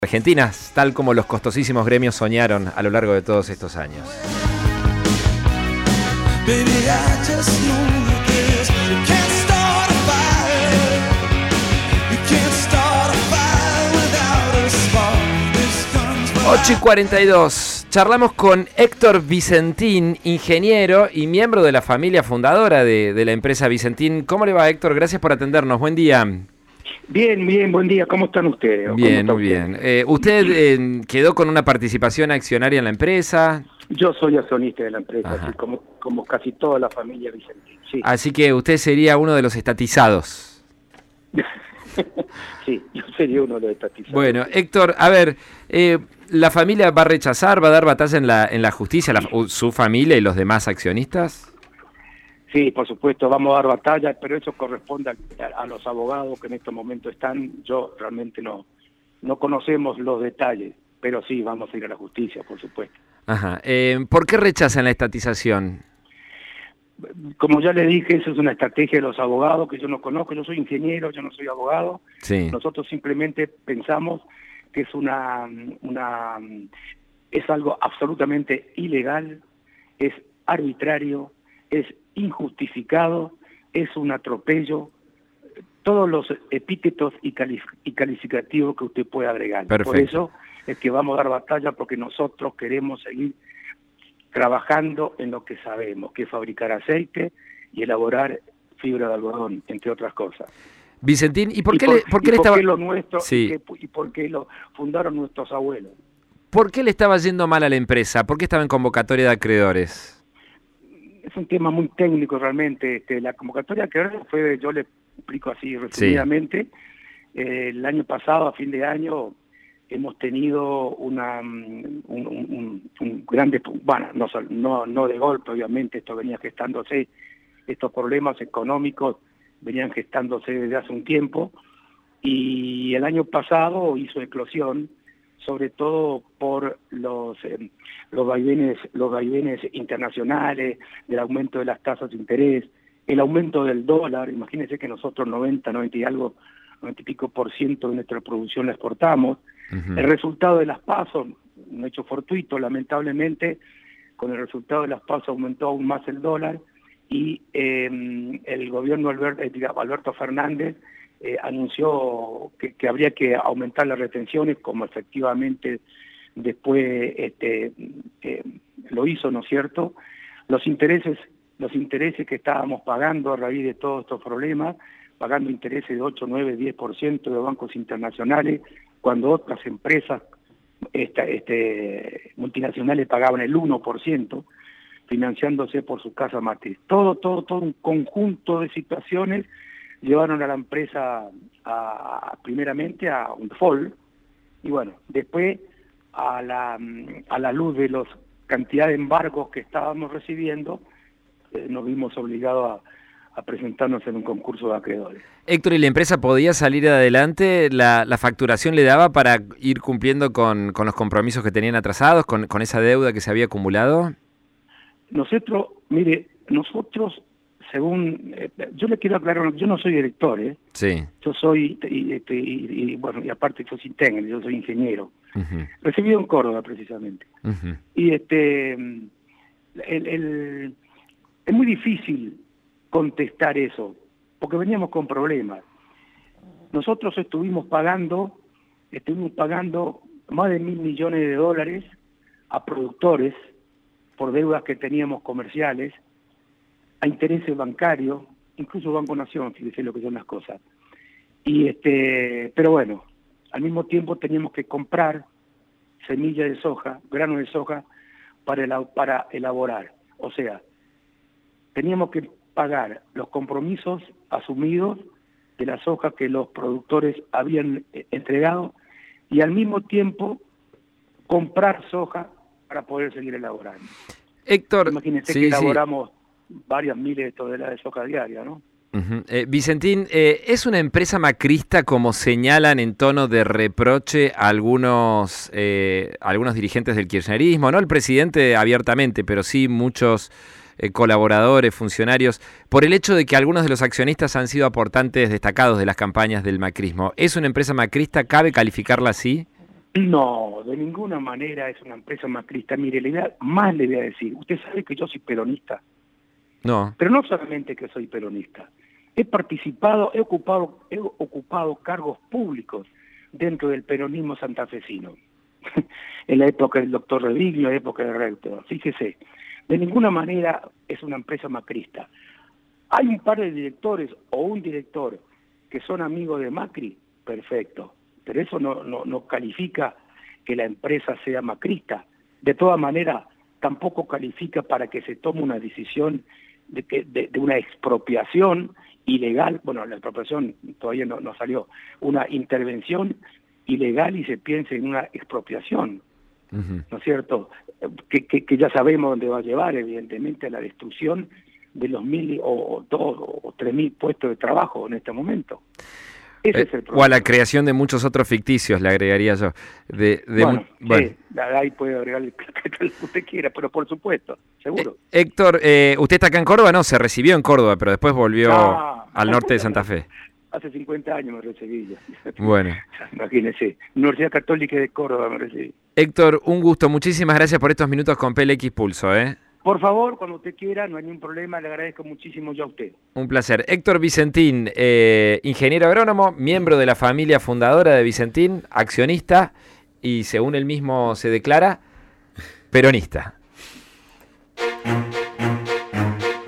Argentinas, tal como los costosísimos gremios soñaron a lo largo de todos estos años. Baby, I just know this. You can't start a fire. You can't start a fire without a spark. This comes from 8:42. Charlamos con Héctor Vicentín, ingeniero y miembro de la familia fundadora de la empresa Vicentín. ¿Cómo le va, Héctor? Gracias por atendernos. Buen día. Bien, buen día. ¿Cómo están ustedes? Bien, muy bien. ¿Usted quedó con una participación accionaria en la empresa? Yo soy accionista de la empresa, así como casi toda la familia Vicentín. Sí. Así que usted sería uno de los estatizados. Sí, yo sería uno de los estatizados. Bueno, Héctor, a ver, ¿la familia va a rechazar, va a dar batalla en la justicia, su familia y los demás accionistas? Sí, por supuesto, vamos a dar batalla, pero eso corresponde a los abogados que en este momento están. Yo realmente no conocemos los detalles, pero sí, vamos a ir a la justicia, por supuesto. Ajá. ¿Por qué rechazan la estatización? Como ya le dije, eso es una estrategia de los abogados que yo no conozco. Yo soy ingeniero, yo no soy abogado. Sí. Nosotros simplemente pensamos que es es algo absolutamente ilegal, es arbitrario, es injustificado, es un atropello, todos los epítetos y calificativos que usted puede agregar. Perfecto. Por eso es que vamos a dar batalla, porque nosotros queremos seguir trabajando en lo que sabemos, que es fabricar aceite y elaborar fibra de algodón, entre otras cosas. Vicentín, ¿y por qué lo nuestro? Sí. ¿Y por qué lo fundaron nuestros abuelos? ¿Por qué le estaba yendo mal a la empresa? ¿Por qué estaba en convocatoria de acreedores? Es un tema muy técnico realmente. La convocatoria que fue, yo le explico así resumidamente, el año pasado, a fin de año, hemos tenido un grande, bueno, no de golpe, obviamente, esto venía gestándose, estos problemas económicos venían gestándose desde hace un tiempo, y el año pasado hizo eclosión, sobre todo por los vaivenes internacionales, del aumento de las tasas de interés, el aumento del dólar. Imagínense que nosotros 90 y pico por ciento de nuestra producción la exportamos. Uh-huh. El resultado de las PASO, un hecho fortuito, lamentablemente, con el resultado de las PASO aumentó aún más el dólar, y el gobierno Alberto Fernández anunció que habría que aumentar las retenciones, como efectivamente después lo hizo, ¿no es cierto? Los intereses que estábamos pagando a raíz de todos estos problemas, pagando intereses de 8, 9, 10% de bancos internacionales, cuando otras empresas multinacionales pagaban el 1%, financiándose por su casa matriz. Todo un conjunto de situaciones llevaron a la empresa primeramente a un default, y bueno, después a la luz de la cantidad de embargos que estábamos recibiendo, nos vimos obligados a presentarnos en un concurso de acreedores. Héctor, ¿y la empresa podía salir adelante? ¿La facturación le daba para ir cumpliendo con los compromisos que tenían atrasados, con esa deuda que se había acumulado? Nosotros, según, yo le quiero aclarar, yo no soy director, Sí. Yo soy, y aparte yo soy técnico, yo soy ingeniero. Uh-huh. Recibido en Córdoba, precisamente. Uh-huh. Y es muy difícil contestar eso, porque veníamos con problemas. Nosotros estuvimos pagando más de $1.000 millones a productores por deudas que teníamos comerciales, a intereses bancarios, incluso Banco Nación, fíjese lo que son las cosas. Y pero bueno, al mismo tiempo teníamos que comprar semilla de soja, grano de soja, para elaborar. O sea, teníamos que pagar los compromisos asumidos de la soja que los productores habían entregado, y al mismo tiempo comprar soja para poder seguir elaborando. Héctor, imagínense que elaboramos varias miles de toneladas de soja diaria, ¿no? Uh-huh. Vicentín, ¿es una empresa macrista, como señalan en tono de reproche algunos dirigentes del kirchnerismo? No el presidente abiertamente, pero sí muchos colaboradores, funcionarios, por el hecho de que algunos de los accionistas han sido aportantes destacados de las campañas del macrismo. ¿Es una empresa macrista? ¿Cabe calificarla así? No, de ninguna manera es una empresa macrista. Mire, más le voy a decir, usted sabe que yo soy peronista, No. pero no solamente que soy peronista. He ocupado cargos públicos dentro del peronismo santafesino, en la época del doctor Reviglio, en la época del rector. Fíjese, de ninguna manera es una empresa macrista. Hay un par de directores o un director que son amigos de Macri, perfecto, pero eso no califica que la empresa sea macrista. De todas maneras, tampoco califica para que se tome una decisión de una expropiación ilegal. Bueno, la expropiación todavía no salió, una intervención ilegal y se piense en una expropiación, ¿no es cierto? Que ya sabemos dónde va a llevar, evidentemente, a la destrucción de los 1.000 o 2 o 3.000 puestos de trabajo en este momento. Ese es el problema. O a la creación de muchos otros ficticios, le agregaría yo. Bueno. Bueno. Sí, ahí puede agregar lo que usted quiera, pero por supuesto, seguro. Héctor, ¿usted está acá en Córdoba? No, se recibió en Córdoba, pero después volvió al norte de Santa Fe. Hace 50 años me recibí ya. Bueno. Imagínese, Universidad Católica de Córdoba me recibí. Héctor, un gusto. Muchísimas gracias por estos minutos con PLX Pulso, ¿eh? Por favor, cuando usted quiera, no hay ningún problema, le agradezco muchísimo yo a usted. Un placer. Héctor Vicentín, ingeniero agrónomo, miembro de la familia fundadora de Vicentín, accionista y según él mismo se declara, peronista.